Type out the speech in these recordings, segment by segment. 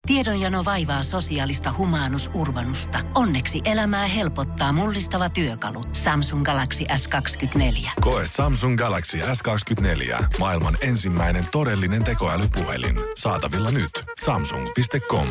Tiedonjano vaivaa sosiaalista humanus urbanusta. Onneksi elämää helpottaa mullistava työkalu. Samsung Galaxy S24. Koe Samsung Galaxy S24. Maailman ensimmäinen todellinen tekoälypuhelin. Saatavilla nyt. Samsung.com.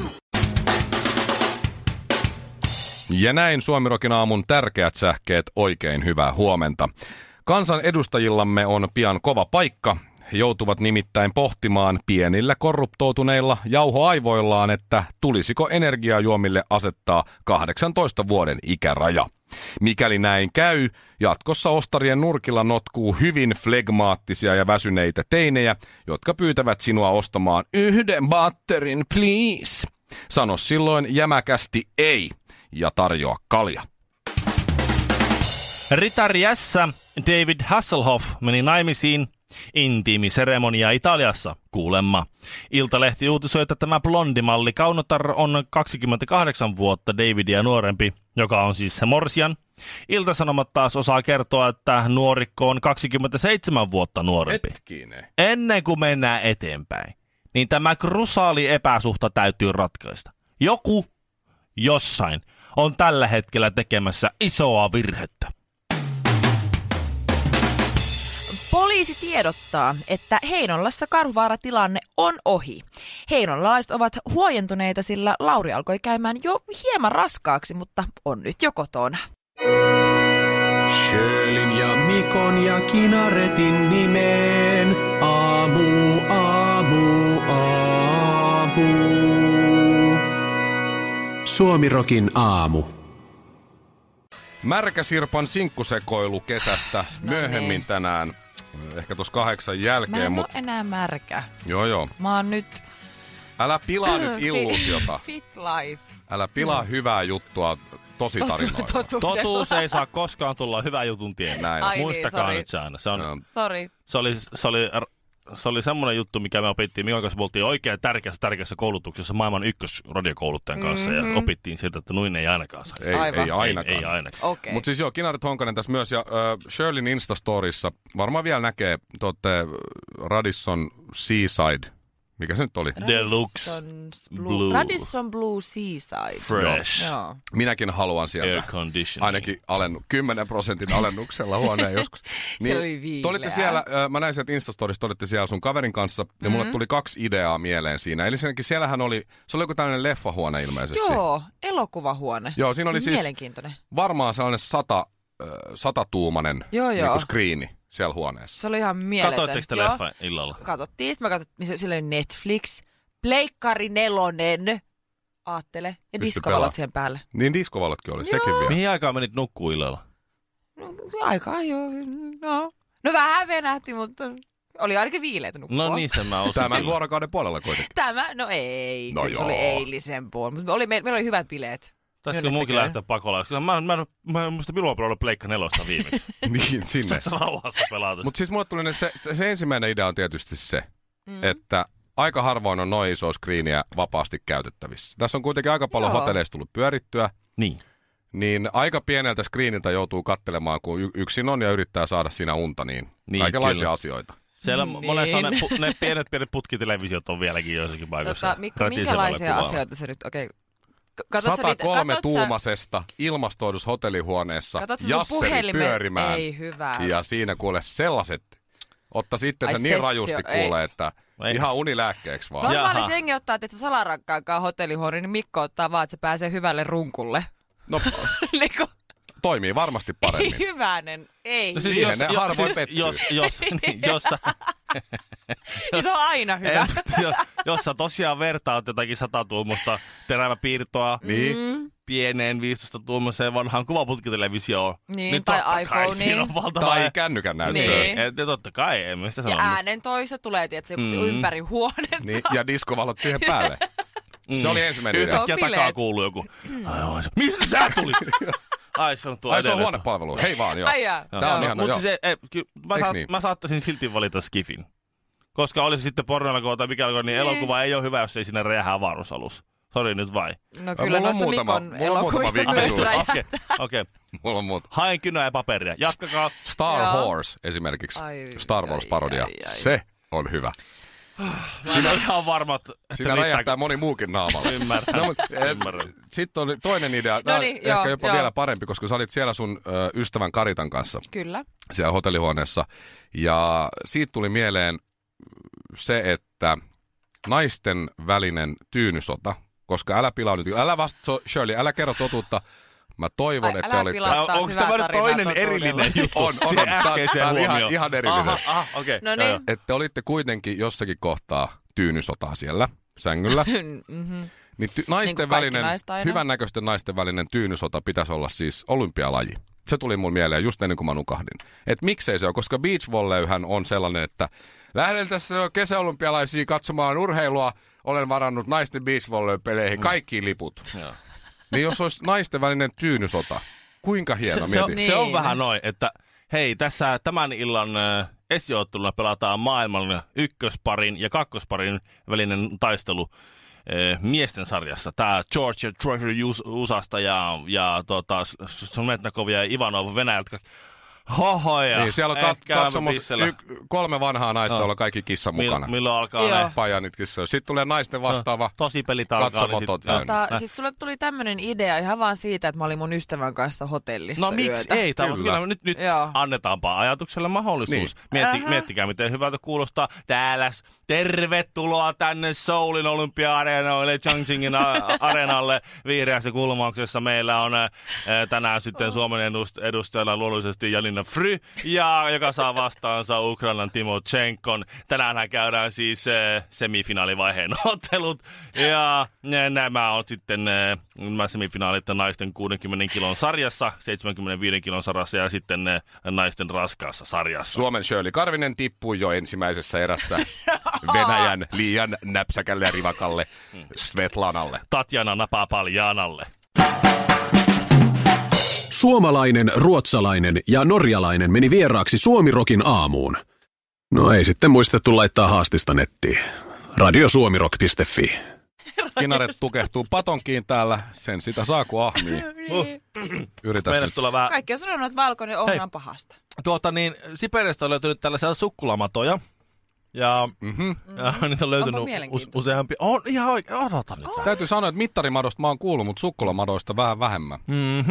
Ja näin Suomi-rokin aamun tärkeät sähkeet, oikein hyvää huomenta. Kansan edustajillamme on pian kova paikka. He joutuvat nimittäin pohtimaan pienillä korruptoituneilla jauhoaivoillaan, että tulisiko energiajuomille asettaa 18 vuoden ikäraja. Mikäli näin käy, jatkossa ostarien nurkilla notkuu hyvin flegmaattisia ja väsyneitä teinejä, jotka pyytävät sinua ostamaan yhden batterin, please. Sano silloin jämäkästi ei ja tarjoa kalja. Ritari S. David Hasselhoff meni naimisiin. Intiimiseremonia Italiassa, kuulemma. Iltalehti uutisoi, että tämä blondimalli kaunotar on 28 vuotta Davidia nuorempi, joka on siis se morsian. Iltasanomat taas osaa kertoa, että nuorikko on 27 vuotta nuorempi. Hetkinen. Ennen kuin mennään eteenpäin, niin tämä krusaali epäsuhta täytyy ratkaista. Joku jossain on tällä hetkellä tekemässä isoa virhettä. Poliisi tiedottaa, että Heinolassa karhuvaaratilanne on ohi. Heinolaiset ovat huojentuneita, sillä Lauri alkoi käymään jo hieman raskaaksi, mutta on nyt jo kotona. Sjölin ja Mikon ja Kinaretin nimeen. Aamu, aamu, aamu. Suomi-rokin aamu. Märkäsirpan sinkkusekoilu kesästä myöhemmin tänään. Ehkä tuossa 8 jälkeen. Mä en ole enää märkä. Joo. Mä oon nyt... Älä pilaa nyt illuusiota. Fit life. Älä pilaa hyvää juttua tositarinoilla. Totuus ei saa koskaan tulla hyvän jutun tielle. Näin. Muistakaa nyt se aina. Sori. Se oli semmoinen juttu, mikä me opittiin. Mikon kanssa me oltiin oikein tärkeässä koulutuksessa maailman ykkösradiokouluttajan kanssa. Ja opittiin sieltä, että noin ei ainakaan saisi. Ei ainakaan. Ei ainakaan. Okay. Mutta siis Kinaret Honkanen tässä myös. Ja Shirleyn Instastorissa varmaan vielä näkee, te olette Radisson Seaside. Mikä se nyt oli? Deluxe Blue. Radisson Blue Seaside. Fresh. Joo. Minäkin haluan sieltä. Air conditioning. Ainakin 10% alennuksella huoneen joskus. Se oli viileä. Te olitte siellä, mä näin sieltä Instastorissa, te olitte siellä sun kaverin kanssa, ja mulle tuli 2 ideaa mieleen siinä. Eli senkin siellähän oli, se oli joku tällainen leffahuone ilmeisesti. Joo, elokuvahuone. Joo, siinä oli siis mielenkiintoinen. Varmaan sellainen 100-tuumanen niin screeni siellä huoneessa. Se oli ihan mieletön. Katoitteko te leffa illalla? Katsottiin, sitten mä katsottiin, sillä oli Netflix, Pleikkari 4, aattele, ja diskovalot siihen päälle. Niin diskovalotkin oli, sekin vielä. Mihin aikaan menit nukkuu illalla? No, aikaa joo, no vähän venähti, mutta oli ainakin viileitä nukkua. No niin, sen mä osin. Tämän vuorokauden puolella kuitenkin. No ei, no se oli eilisen puolella, mutta meillä oli hyvät bileet. Taisiko muukin lähteä pakolaksi? Mä en muista milloin ollut Pleikka 4 viimeksi. Niin, sinne. Se rauhassa pelata. Mutta siis mulle tuli se ensimmäinen idea on tietysti se, että aika harvoin on noin iso screeniä vapaasti käytettävissä. Tässä on kuitenkin aika paljon hotelleista tullut pyörittyä. Niin aika pieneltä screeniltä joutuu katselemaan, kun yksin on ja yrittää saada siinä unta, niin kaikenlaisia asioita. Siellä monessa ne pienet putkitelevisiot on vieläkin joissakin paikoissa. Mikko, minkälaisia asioita se nyt, 103-tuumaisesta ilmastoidussa hotellihuoneessa jasseri pyörimään. Ei hyvä. Ja siinä kuule sellaiset, otta sitten se niin rajusti kuulee, että ihan unilääkkeeksi vaan. Normaalisti jengi ottaa, että salarakkaankaan hotellihuone, niin Mikko ottaa vaan, että se pääsee hyvälle runkulle. No, toimii varmasti paremmin. Ei hyvänen, ei. No siis siihen ne harvoin pettyy. Niin se on aina hyvä. Jos sä tosiaan vertaat jotakin 100-tuumusta teräväpiirtoa pieneen 15-tuumaiseen vanhaan kuvaputkitelevisioon. Niin, tai iPhoneen. Tai kännykän näyttöön. Niin. Totta kai, en mä sitä sanonut. Ja äänentoisto tulee, tietysti, ympäri huonetta. Niin, ja diskovalot siihen päälle. Se oli ensimmäinen idea. Yhtäkkiä takaa kuuluu joku. Mistä sä tulit? Se on huonepalvelu. Hei vaan, joo. Tää on ihan, mutta mä saattaisin silti valita Skifin. Koska olisi sitten pornoelokuva tai mikä niin elokuva ei ole hyvä, jos ei siinä räjähä avaruusalus. Sori nyt vai? No kyllä noista Mikon elokuvista myös räjähtää. Okei. Mulla on muuta. Haen kynää ja paperia. Jatkakaa. Star Horse esimerkiksi. Star Wars-parodia. Se on hyvä. Siinä on ihan varmat, että Siinä räjähtää moni muukin naamalla. Ymmärrän. Sitten on toinen idea, No niin, ehkä jopa vielä parempi, koska sä olit siellä sun ystävän Karitan kanssa. Kyllä. Siellä hotellihuoneessa. Ja siitä tuli mieleen se, että naisten välinen tyynysota, koska älä pilaa nyt, Shirley, älä kerro totuutta. Mä toivon, että älä olitte... pilaa taas Onko tämä hyvää toinen tarinaa erillinen juttu? On. Äskeiseen huomioon. Ihan erillinen. Okei. No niin. Että olitte kuitenkin jossakin kohtaa tyynysotaa siellä sängyllä. Niin naisten välinen, hyvännäköisten naisten välinen tyynysota pitäisi olla siis olympialaji. Se tuli mun mieleen just ennen kuin mä nukahdin. Että miksei se ole, koska beachvolleyhän on sellainen, että lähden tässä kesäolympialaisia katsomaan urheilua, olen varannut naisten beachvolley-peleihin kaikki liput. Niin jos olisi naisten välinen tyynysota, kuinka hieno, mieti. Se on vähän noin, että hei, tässä tämän illan esiotteluna pelataan maailman ykkösparin ja kakkosparin välinen taistelu miesten sarjassa. Tämä Georgia Treasury USAsta ja Smetnakov ja Ivanov Venäjältä. Hohoja. Niin, siellä on katsomassa 3 vanhaa naista, joilla kaikki kissa mukana. Milloin alkaa ne Pajanit kissoja. Sitten tulee naisten vastaava tosipelit alkaa. katsomoton täynnä. Siis sulle tuli tämmönen idea ihan vaan siitä, että mä olin mun ystävän kanssa hotellissa No miksi yötä. ei? Nyt annetaanpa ajatukselle mahdollisuus. Niin. Miettikää, miten hyvältä kuulostaa. Täällä tervetuloa tänne Soulin olympia-areenalle, Chongqingin areenalle vihreässä kulmauksessa. Meillä on tänään sitten Suomen edustajalla luonnollisesti Janina Fry, joka saa vastaansa Ukrainan Timochenkon. Tänäänhän käydään siis semifinaalivaiheen ottelut. Ja nämä on sitten nämä semifinaalit naisten 60 kilon sarjassa, 75 kilon sarjassa ja sitten naisten raskaassa sarjassa. Suomen Shirley Karvinen tippui jo ensimmäisessä erässä Venäjän liian näpsäkälle ja rivakalle Svetlanalle. Tatjana Napapaljanalle. Suomalainen, ruotsalainen ja norjalainen meni vieraaksi Suomirokin aamuun. No ei sitten muistettu laittaa haastista nettiin. Radiosuomirock.fi. Kinaret tukehtuu patonkiin täällä, sen sitä saa kun ahmii. Yritäs nyt. Kaikki on sanonut, että valkoinen ohra on pahasta. Siperiasta on löytynyt tällaisia sukkulamatoja. Ja niitä on löytynyt useampi. On ihan oikein. Odotan nyt. Täytyy sanoa, että mittarimadosta mä oon kuullut, mutta sukkulamadoista vähän vähemmän.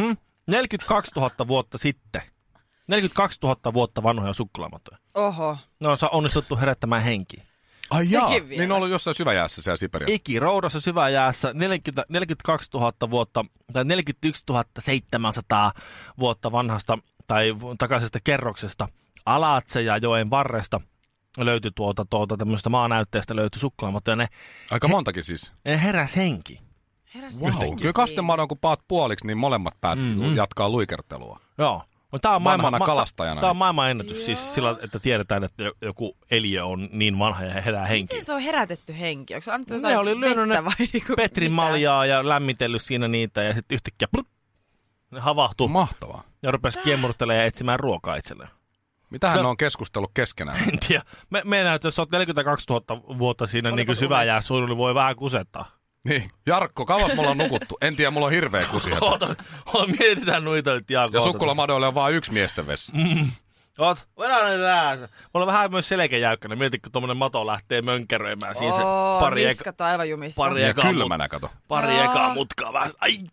42 000 vuotta sitten. 42 000 vuotta vanhoja sukkulamatoja. Oho. Ne on onnistuttu herättämään henkiin. Ai jaa, niin on ollut jossain syväjäässä siellä Siperiassa. Ikiroudassa syväjäässä 42 000 vuotta tai 41 700 vuotta vanhasta tai takaisesta kerroksesta Alatse ja joen varresta löytyi tämmöistä maanäytteestä löytyi sukkulamatoja. Aika montakin siis. Ne heräs henki. Wow. Kyllä kastemadon kun paat puoliksi, niin molemmat päät jatkaa luikertelua. Joo. Tämä on kalastajana. Tämä on maailman ennätys, siis sillä, että tiedetään, että joku eliö on niin vanha ja herää henkiin. Miten se on herätetty henki? Onko se annettu jotain vettä vai niinku Petrin maljaa ja lämmitellyt siinä niitä ja sitten yhtäkkiä ne havahtuu. Mahtavaa. Ja rupesi kiemurtelemaan ja etsimään ruokaa itselleen. Mitähän ne on keskustellut keskenään? En tiedä. Meinaan, että jos olet 42 000 vuotta siinä niin syväjäässä, niin voi vähän kusettaa. Niin. Jarkko, kauas mulla on nukuttu. En tiedä, mulla on hirveä kusi. Mietitään noita nyt Jaakko. Ja sukkulamadoille on vaan yksi miesten vessa. Vedään nyt vähän. Mulla on vähän myös selkäjäykkäinen. Mietin, kun tommonen mato lähtee mönkäröimään. Siinä se niskat on aivan jumissa. Kylmänä kato. Pari ekaa mutkaa vähän.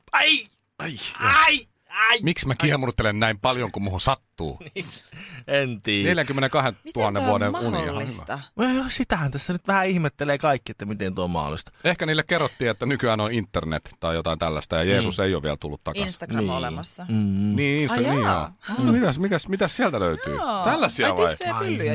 Ai! Miksi mä kiemurtelen näin paljon, kun muhun sattuu? En tiedä. 42 000 vuoden uni. Sitähän tässä nyt vähän ihmettelee kaikki, että miten tuo on mahdollista. Ehkä niille kerrottiin, että nykyään on internet tai jotain tällaista, ja Jeesus ei ole vielä tullut takaisin. Instagram on olemassa. Niin, se niin joo. Mitäs sieltä löytyy? Tällaisia vai? Pyllyjä,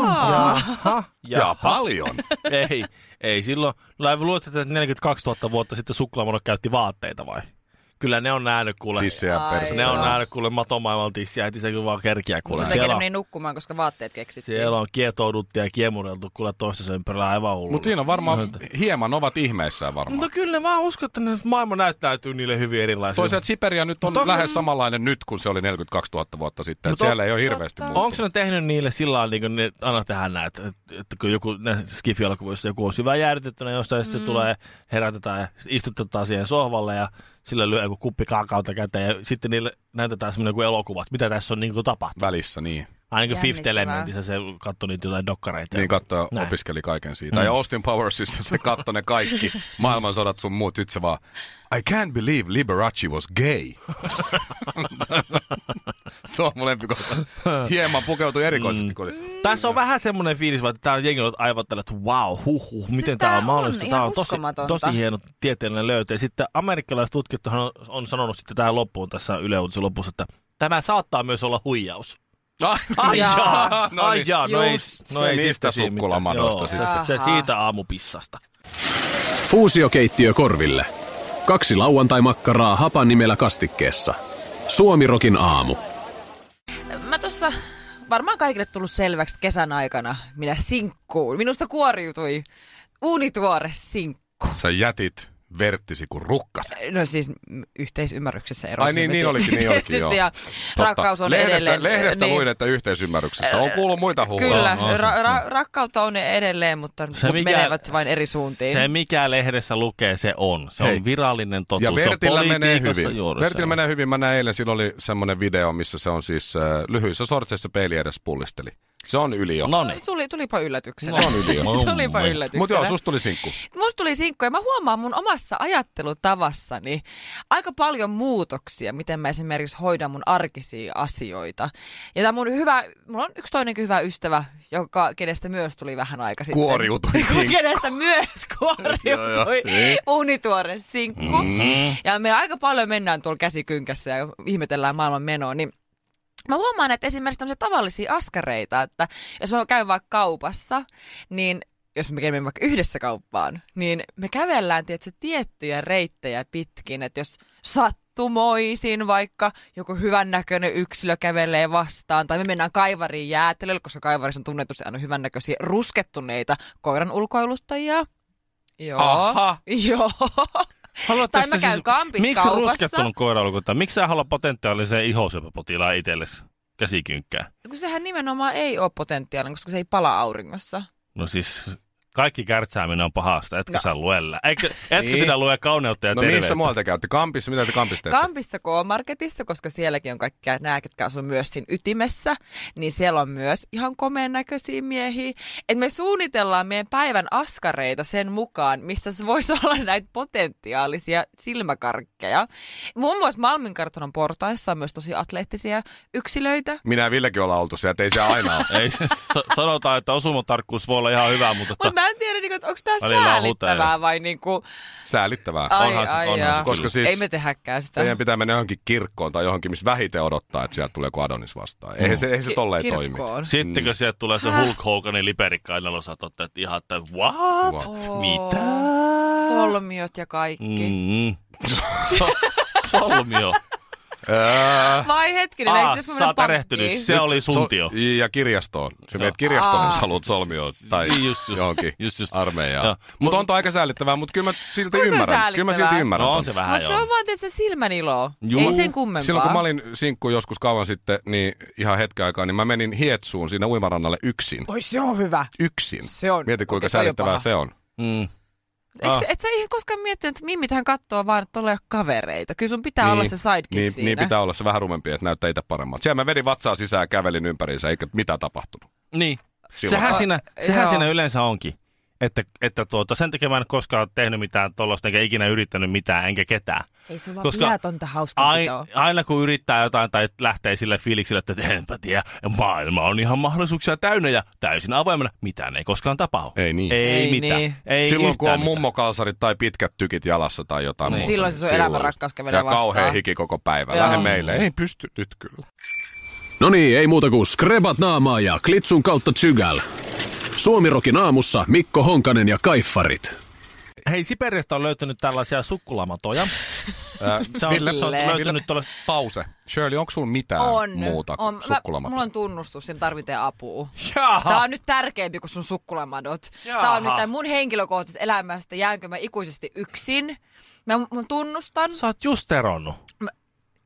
ja paljon. Ei silloin. Luuletko, että 42 000 vuotta sitten suklaamono käytti vaatteita vai? Kyllä ne on nähnyt kuule. Tissejä perse. Ne on nähnyt kuule matomaailman tissiä, heti se kyllä vaan kerkiä kuule. Se on niin nukkumaan, koska vaatteet keksittiin. Siellä on kietouduttu ja kiemureltu kuule toistensa ympärillä aivan hullulla. Mutta siinä on varmaan, hieman ovat ihmeissään varmaan. Mutta kyllä mä uskon, että maailma näyttäytyy niille hyvin erilaisia. Toisaalta Siberia nyt on lähes samanlainen nyt, kun se oli 42 000 vuotta sitten. Siellä ei ole hirveästi muuttunut. Onko ne tehnyt niille sillä lailla, niin kuin ne aina tehdään näitä, että kun joku Skifi-elokuvissa joku on syvä jäädytettynä jossain, se tulee herätetään ja istutetaan siihen sohvalle ja sillä lyö joku kuppi kaakaota käteen ja sitten niille näytetään semmoinen kuin elokuvat. Mitä tässä on niin kuin tapahtunut? Välissä, niin. Ainakin Fifth Elementissä se katsoi niitä jotain dokkareita. Niin katsoi ja opiskeli kaiken siitä. Ja Austin Powersissa se katsoi ne kaikki maailmansodat sun muut. Sitten se vaan, I can't believe Liberace was gay. Se on mun lempikohta. Hieman pukeutui erikoisesti. Tässä on vähän semmoinen fiilis, että täällä jengi on aivottelu, että wow, miten siis tää on mahdollista. Tää on tosi hieno tieteellinen löytö. Ja sitten amerikkalaiset tutkijat on sanonut sitten tähän loppuun tässä Yle Uutisen lopussa, että tämä saattaa myös olla huijaus. Ai jaa, no ei niistä sukkulamadosta. Se siitä aamupissasta. Fuusiokeittiö korville. 2 lauantai-makkaraa hapan nimellä kastikkeessa. Suomirokin aamu. Mä tossa varmaan kaikille tullut selväksi kesän aikana, minä sinkkuun. Minusta kuoriutui uunituore sinkku. Sä jätit verttisi kuin rukkas. No siis yhteisymmärryksessä erosimme. Ai niin olikin, joo. Ja rakkaus on edelleen. Lehdestä luin, että yhteisymmärryksessä. On kuullut muita huhuja. Kyllä, rakkautta on edelleen, mutta menevät vain eri suuntiin. Se mikä lehdessä lukee, se on. Se on virallinen totuus. Ja Vertillä menee hyvin. Vertillä menee hyvin. Mä näin eilen, silloin oli semmoinen video, missä se on siis lyhyissä sortseissa peili edes pullisteli. Se on yli jo. No niin. Tulipa yllätyksenä. Se on yli jo. Tulipa yllätyksenä. Mutta joo, susta tuli sinkku. Musta tuli sinkku ja mä huomaan mun omassa ajattelutavassani aika paljon muutoksia, miten mä esimerkiksi hoidan mun arkisia asioita. Ja tää mulla on yksi toinenkin hyvä ystävä, kenestä myös tuli vähän aika sitten. Kuoriutui sinkku. Kenestä myös kuoriutui uunituore sinkku. Ja me aika paljon mennään tuolla käsikynkässä ja ihmetellään maailman menoa, niin mä huomaan, että esimerkiksi tämmöisiä tavallisia askareita, että jos mä käyn vaikka kaupassa, niin jos me käydään vaikka yhdessä kauppaan, niin me kävellään tiettyjä reittejä pitkin, että jos sattumoisin vaikka joku hyvännäköinen yksilö kävelee vastaan, tai me mennään kaivariin jäätelölle, koska kaivarissa on tunnetusti aina hyvännäköisiä ruskettuneita koiran ulkoiluttajia. Joo. Aha. Joo. Tai mä käyn Kampissa miksi kaupassa. Miksi ruskettunut koira-ulkoilutaja? Miksi sä haluat potentiaalisen ihosyöpäpotilaan itsellesi käsikynkkää? Kun sehän nimenomaan ei ole potentiaalinen, koska se ei pala auringossa. No siis kaikki kärtsääminen on pahasta, etkä sä luella. Etkö sinä lue kauneutta ja terveyttä? No missä muualta käytte? Kampissa? Mitä te Kampissa teette? Kampissa K-Marketissa, koska sielläkin on kaikkia nämä, ketkä asuu myös siinä ytimessä, niin siellä on myös ihan komeen näköisiä miehiä. Et me suunnitellaan meidän päivän askareita sen mukaan, missä se voisi olla näitä potentiaalisia silmäkarkkeja. Muun muassa Malmin kartanon portaissa on myös tosi atleettisia yksilöitä. Minä ja Villekin ollaan oltu siellä, ei se aina ole. Ei, sanotaan, että osumatarkkuus voi olla ihan hyvä, mutta mä en tiedä, onko tämä säälittävää vai niinku... Säälittävää. Onhan koska siis ei me tehäkään sitä. Teidän pitää mennä johonkin kirkkoon tai johonkin, missä vähiten odottaa, että sieltä tulee kuin Adonis vastaan. Eihän se tolleen toimi. Sitten kun sieltä tulee se Hulk Hoganin liperikkainalla, sä oot ihan, että what? Mitä? Solmiot ja kaikki. Solmio. Vai hetkinen, sä oot erehtynyt. Se oli suntio. Ja kirjastoon. Se meet kirjastoon, jos haluat solmioon. Tai johonkin armeijaan. Mutta on to aika säällittävää, mutta kyllä mä silti ymmärrän. No on se vähän mutta se on vaan tietysti silmän ilo. Ei sen kummempaa. Silloin kun mä olin sinkku joskus kauan sitten, niin ihan hetken aikaa, niin mä menin Hietsuun siinä uimarannalle yksin. Oi se on hyvä. Yksin. Mieti kuinka säällittävää se on. Et sä ihan koskaan miettinyt, että Mimmi tähän kattoo vaan, että ole kavereita. Kyllä sun pitää olla se sidekick siinä. Niin pitää olla se vähän rumempi, että näyttää itse paremmalta. Siellä mä vedin vatsaa sisään ja kävelin ympäriinsä, eikä mitään tapahtunut. Niin. Sehän siinä yleensä onkin. Että sen takia mä en koskaan tehnyt mitään tuollaista, enkä ikinä yrittänyt mitään, enkä ketään. Ei se vaan viatonta hauskanpitoa. Aina kun yrittää jotain tai lähtee sille fiilikselle, että enpä tiedä, maailma on ihan mahdollisuuksia täynnä ja täysin avoimena, mitään ei koskaan tapahdu. Ei niin. Ei mitään. Niin. Ei silloin kun on mummokalsarit tai pitkät tykit jalassa tai jotain muuta. Silloin se on elämän rakkaus kävelee vastaan. Ja kauhea hiki koko päivä. Lähde meille. Ei pysty nyt kyllä. No niin, ei muuta kuin skrebat naamaa ja klitsun kautta tsygäl. Suomirokin aamussa Mikko Honkanen ja Kaiffarit. Hei, Siperiasta on löytynyt tällaisia sukkulamatoja. Se on löytynyt tuolla... Pause. Shirley, onko sulla mitään muuta sukkulamatoja? Mulla on tunnustus, sen tarvitsee apua. Tää on nyt tärkeämpi kuin sun sukkulamadot. Tää on nyt mun henkilökohtaisesta elämästä. Jäänkö mä ikuisesti yksin? Mä tunnustan. Sä oot just eronnut.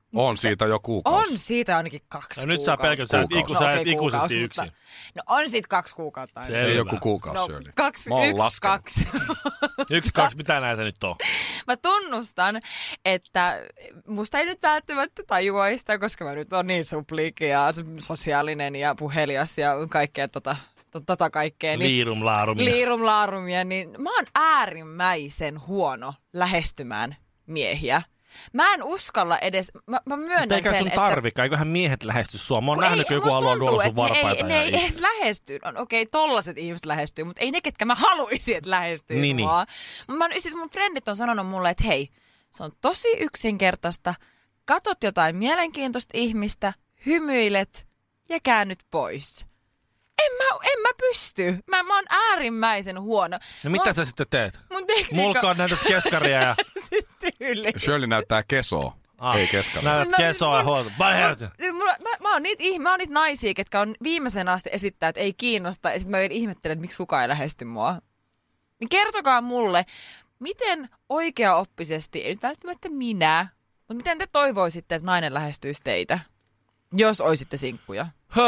On siitä jo kuukausi. On siitä ainakin 2 kuukautta. Nyt sä pelkät, sä et ikuisesti kuukausi, yksin. No on siitä 2 kuukautta. Se ei joku kuukausi, no, Shirley. 2, Mä oon 1, laskenut. 2. 1, 2, mitä näitä nyt on? Mä tunnustan, että musta ei nyt välttämättä tajuaista, koska mä nyt on niin supliikki ja sosiaalinen ja puhelias ja kaikkea kaikkea. Niin Liirum laarumia, niin mä oon äärimmäisen huono lähestymään miehiä. Mä en uskalla edes, mä myönnän eikä sen, sun tarvikaan, eiköhän miehet lähesty sua. Mä oon nähnyt, kun joku haluaa nuolla sun varpaita. Ne ei edes lähesty. Okei, tollaset ihmiset lähestyy, mutta ei ne, ketkä mä haluaisin, että lähestyy mua. Siis mun frendit on sanonut mulle, että hei, se on tosi yksinkertaista. Katot jotain mielenkiintoista ihmistä, hymyilet ja käännyt pois. En mä pysty. Mä oon äärimmäisen huono. No mitä sä sitten teet? Mulkaan näytät keskaria ja... siis tyyli. Shirley näyttää kesoa. Ei keskaria. Näytät kesoa ja huolta. Mä oon niitä naisia, ketkä on viimeisen asti esittää, että ei kiinnosta. Ja sit mä ihmettelen, että miksi kukaan ei lähesty mua. Niin kertokaa mulle, miten oikeaoppisesti, ei nyt välttämättä minä, mutta miten te toivoisitte, että nainen lähestyisi teitä, jos oisitte sinkkuja?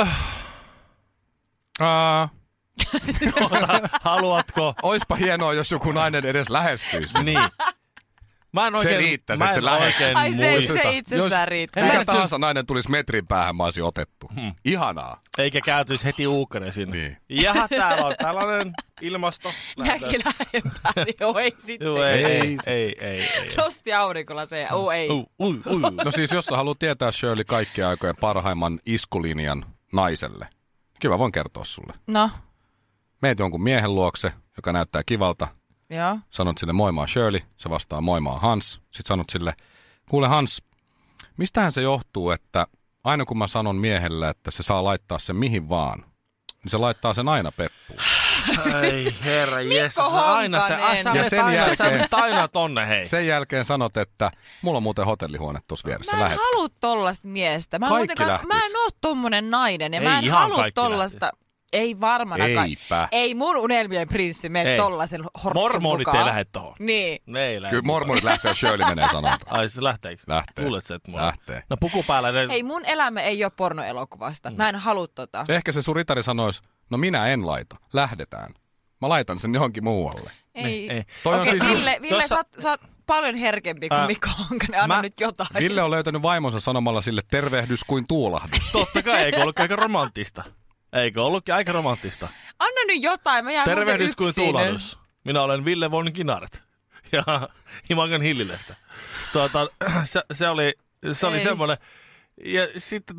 Haluatko? Oispa hienoa, jos joku nainen edes lähestyisi. Niin. Mä en oikein, se riittäisi, että se lähestyisi. Ai se itsessään riittää. Mikä tahansa nainen tulisi metrin päähän, mä olisin otettu. Ihanaa. Eikä kääntyisi heti uukkane sinne. Niin. Jaha, täällä on tällainen ilmasto. Näkin lähempää, niin ei sitten. Joo, ei. Rosti aurinkolla se, ei. No siis, jos sä haluat tietää, Shirley, kaikkien aikojen parhaimman iskulinjan naiselle, kyllä mä voin kertoa sulle. No. Meet jonkun miehen luokse, joka näyttää kivalta. Joo. Sanot sille moi, mä oon Shirley. Se vastaa moi, mä oon Hans. Sitten sanot sille, kuule Hans, mistähän se johtuu, että aina kun mä sanon miehelle, että se saa laittaa sen mihin vaan, niin se laittaa sen aina peppuun. Ai herra jes. Aina tonne, hei. Sen jälkeen sanot, että mulla on muuten hotellihuone tuossa vieressä. Mä en halua tollasta miestä. Mä en oo tommonen nainen ja mä en halua tollasta. Ei varmana kai. Ei mun unelmien prinssi mene tollasen hortsun mormonit mukaan. Ei lähde tohon. Niin. Kyllä mormonit lähtee, Shirley menee sanonta. Ai se lähteekö? Lähtee. Kuulet sä, että lähtee. No puku päällä. Hei, mun elämä ei ole pornoelokuvasta. Mä en halua tota. Ehkä se sun ritari sanois, no minä en laita. Lähdetään. Mä laitan sen johonkin muualle. Ei. Toi on siis Ville sä oot paljon herkempi kuin Mikko Honkanen. Anna nyt jotain. Ville on löytänyt vaimonsa sanomalla sille tervehdys kuin tuulahdus. Totta kai, eikö ollutkin aika romanttista? Eikö ollutkin aika romanttista? Anna nyt jotain, mä jään tervehdys kuin tuulahdus. Minä olen Ville von Kinaret. Ja Himangan Hillilestä. Se oli semmoinen. Ja sitten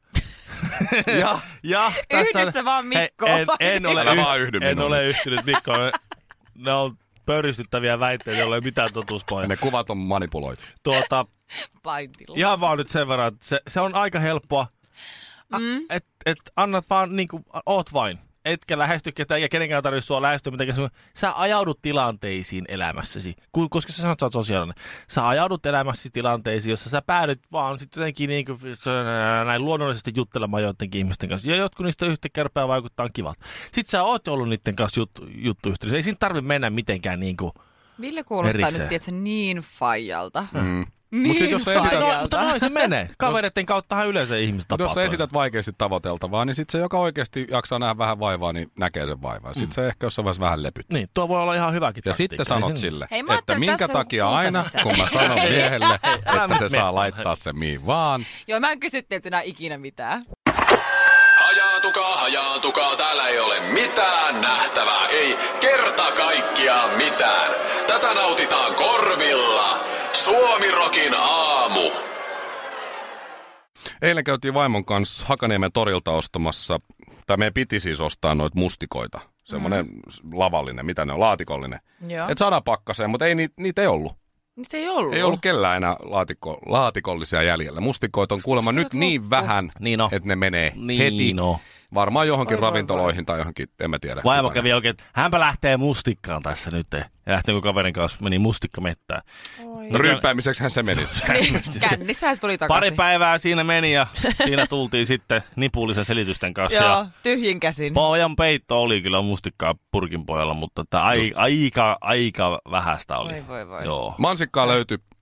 Yhdyt sä vaan Mikkoon? En ole yhtynyt Mikkoon. Ne on pöyristyttäviä väitteitä, joilla ei ole mitään totuuspohjaa. Ne kuvat on manipuloitu. Ihan vaan nyt sen verran, että se on aika helppoa. Että annat vaan niinku, oot vain. Etkä lähesty ketään, ja kenenkään tarvitse sua lähestyä mitenkään. Sä ajaudut tilanteisiin elämässäsi, koska sä sanot, sä oot sosiaalinen. Sä ajaudut elämässäsi tilanteisiin, jossa sä päädyt vaan sitten jotenkin niinku, näin luonnollisesti juttelemaan joidenkin ihmisten kanssa. Ja jotkut niistä yhtäkkiä rupeaa vaikuttaa kivat. Sitten sä oot ollut niiden kanssa juttuyhteydessä. Ei siinä tarvitse mennä mitenkään niinku Ville kuulostaa erikseen. nyt, tietsä, niin faijalta. Mutta jos sä esität... Mutta noin se menee. Kavereiden kauttahan yleensä ihmiset tapaa. Jos sä esität vaikeasti tavoiteltavaa, niin sitten se, joka oikeasti jaksaa nähdä vähän vaivaa, niin näkee sen vaivaa. Sitten se ehkä jossain vaiheessa vähän lepyt. Niin, tuo voi olla ihan hyväkin ja taktiikka. sitten sanot sille, hei, että minkä takia aina, kun mä sanon miehelle, että se saa laittaa sen mihin vaan. Joo, mä en kysy teiltä enää ikinä mitään. Hajaantukaa, täällä ei ole mitään nähtävää, ei kerta kaikkiaan mitään. Tätä nautitaan korvilla. Suomi-rokin aamu. Eilen käytiin vaimon kanssa Hakaniemen torilta ostamassa, tai meidän piti siis ostaa noita mustikoita. Semmoinen lavallinen, mitä ne on, laatikollinen. Että 100 pakkaseen, mutta ei niitä ei ollut. Niitä ei ollut? Ei ollut kellään enää laatikollisia jäljellä. Mustikoita on kuulemma nyt niin vähän, että ne menee heti. Varmaan johonkin ravintoloihin tai johonkin, en mä tiedä. Vaimo kävi oikein, että hänpä lähtee mustikkaan tässä nyt. Ja lähti kun kaverin kanssa meni mustikkamettään. No ryyppäämiseksihän se meni. Kännissähän se tuli takaisin. Pari päivää siinä meni ja siinä tultiin sitten nipullisen selitysten kanssa. Joo, tyhjin käsin. Pojan peitto oli kyllä mustikkaa purkin pohjalla, mutta aika vähäistä oli. Voi. Joo. Mansikkaa löytyi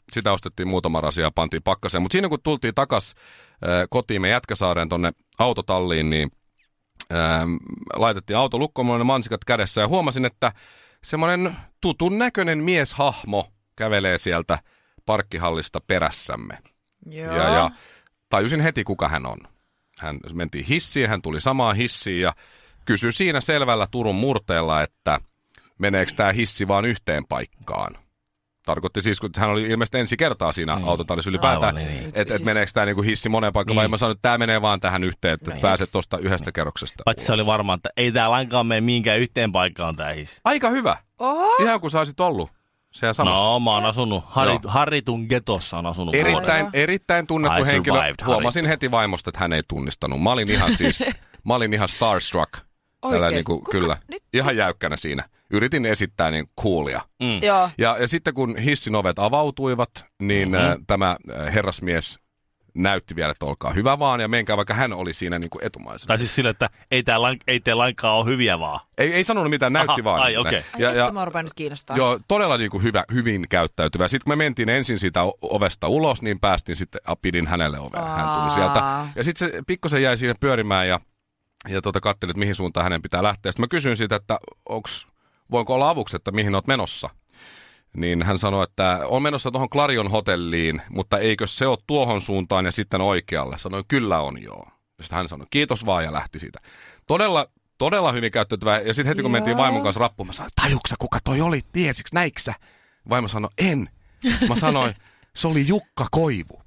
sitä ostettiin muutama rasia ja pantiin pakkaseen. Mutta siinä kun tultiin takas kotiimme Jätkäsaareen tonne autotalliin, niin laitettiin auto lukkoon, mulla oli ne mansikat kädessä ja huomasin, että semmoinen tutun näköinen mieshahmo kävelee sieltä parkkihallista perässämme. Joo. Ja tajusin heti, kuka hän on. Hän mentiin hissiin, hän tuli samaan hissiin ja kysyi siinä selvällä Turun murteella, että meneekö tämä hissi vaan yhteen paikkaan. Tarkoitti siis, kun hän oli ilmeisesti ensi kertaa siinä autotallissa ylipäätään, että meneekö tämä niinku hissi moneen paikkaan, vai mä sanoin, että tämä menee vaan tähän yhteen, että pääset tuosta yhdestä kerroksesta. Paitsi se oli varmaan, että ei tää lainkaan mene mihinkään yhteen paikkaan tää hissi. Aika hyvä. Oho. Ihan kuin sä olisit ollut. Se sama. No, mä oon asunut, Harritun getossa on asunut. Erittäin tunnettu henkilö. Huomasin heti vaimosta, että hän ei tunnistanut. Mä olin ihan starstruck. Tällä niinku, kyllä, ihan jäykkänä siinä. Yritin esittää niin coolia. Ja sitten kun hissin ovet avautuivat, niin tämä herrasmies näytti vielä, että olkaa hyvä vaan ja menkää, vaikka hän oli siinä niin kuin etumaisena. Tai siis sille, että ei tee lainkaan ole hyviä vaan. Ei sanonut mitään, näytti vaan. Ai okei. Ja mä rupean nyt kiinnostaa. Joo, todella niin kuin hyvin käyttäytyvä. Sitten kun me mentiin ensin siitä ovesta ulos, niin päästiin sitten, pidin hänelle ovea. Hän tuli sieltä. Ja sitten se pikkusen jäi siinä pyörimään ja katselin, että mihin suuntaan hänen pitää lähteä. Sitten mä kysyin siitä, että voinko olla avuksi, että mihin olet menossa. Niin hän sanoi, että on menossa tuohon Clarion hotelliin, mutta eikö se ole tuohon suuntaan ja sitten oikealle? Sanoin, kyllä on joo. Ja sitten hän sanoi, kiitos vaan ja lähti siitä. Todella hyvin käyttäytyvä. Ja sitten heti kun mentiin vaimon kanssa rappuun, mä sanoin, tajuuksä kuka toi oli? Tiesiks näiksä? Vaimo sanoi, en. Mä sanoin, se oli Jukka Koivu.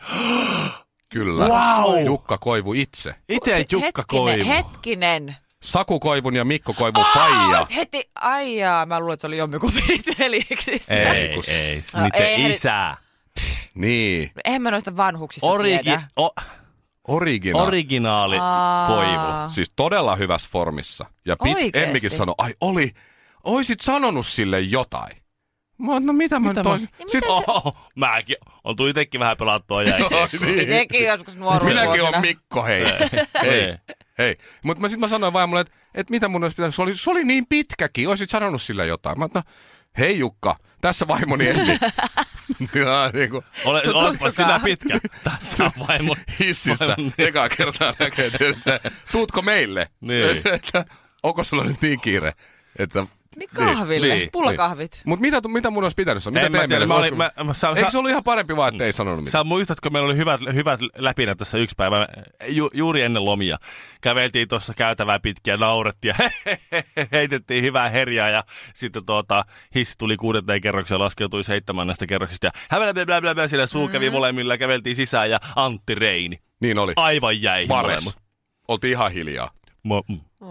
Kyllä. Wow. Jukka Koivu itse. Itse Jukka Koivu. Hetkinen. Saku Koivun ja Mikko Koivun faija. Heti, aijaa, mä luulen, että se oli jommikumpirit veljeksistä. Ei. Miten isää? Niin. Eihän mä noista vanhuksista tiedä. Originaali Koivu. Siis todella hyvässä formissa. Ja Emmikin sanoi, ai oli, oisit sanonut sille jotain. No mitä mä nyt toisin? Mäkin. On tullut itekin vähän pelattua jälkeen. Itekin joskus nuoruusvuosina. Minäkin on Mikko, hei. Hei. Mutta sitten mä sanoin vaimolle, että mitä mun olisi pitänyt, se oli niin pitkäkin, olisit sanonut sille jotain. Mä no, hei Jukka, tässä vaimoni Emmi. Niin Oletpa sinä pitkä. Tässä on vaimon. Hississä. Ekaa kertaa näkee, että tuutko meille? Niin. Onko sulla nyt niin kiire, että... Niin kahville, pullakahvit. Mutta mitä mun olisi pitänyt sanoa? Mitä teemme? Eikö se ollut ihan parempi vaan, että ei sanonut mitään? Sä muistatko, meillä oli hyvät läpinä tässä yksi päivä, juuri ennen lomia. Käveltiin tuossa käytävää pitkiä, naurettiin ja heitettiin hyvää herjaa ja sitten hissi tuli 6. kerrokseen, laskeutui 7. kerroksesta ja hävelä sillä suu kävi molemmilla ja käveltiin sisään ja Antti Reini. Niin oli. Aivan jäi. Vares. Oltiin ihan hiljaa. Moi.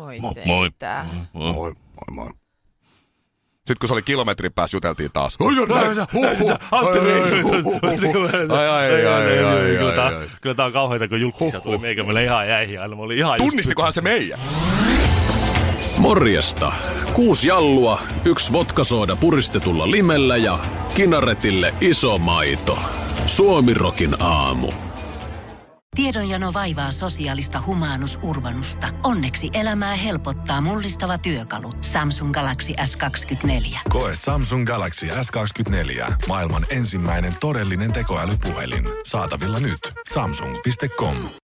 Sitten kun se oli kilometrin päässä, juteltiin taas. Kyllä tää on kauheita, kun julkisia tuli meikämälle ihan jäihin aina. Mä olin ihan tunnistikohan se meidän? Morjesta. 6 jallua, 1 vodkasooda puristetulla limellä ja Kinaretille iso maito. Suomirokin aamu. Tiedonjano vaivaa sosiaalista humanus urbanusta. Onneksi elämää helpottaa mullistava työkalu. Samsung Galaxy S24. Koe Samsung Galaxy S24. Maailman ensimmäinen todellinen tekoälypuhelin. Saatavilla nyt. Samsung.com.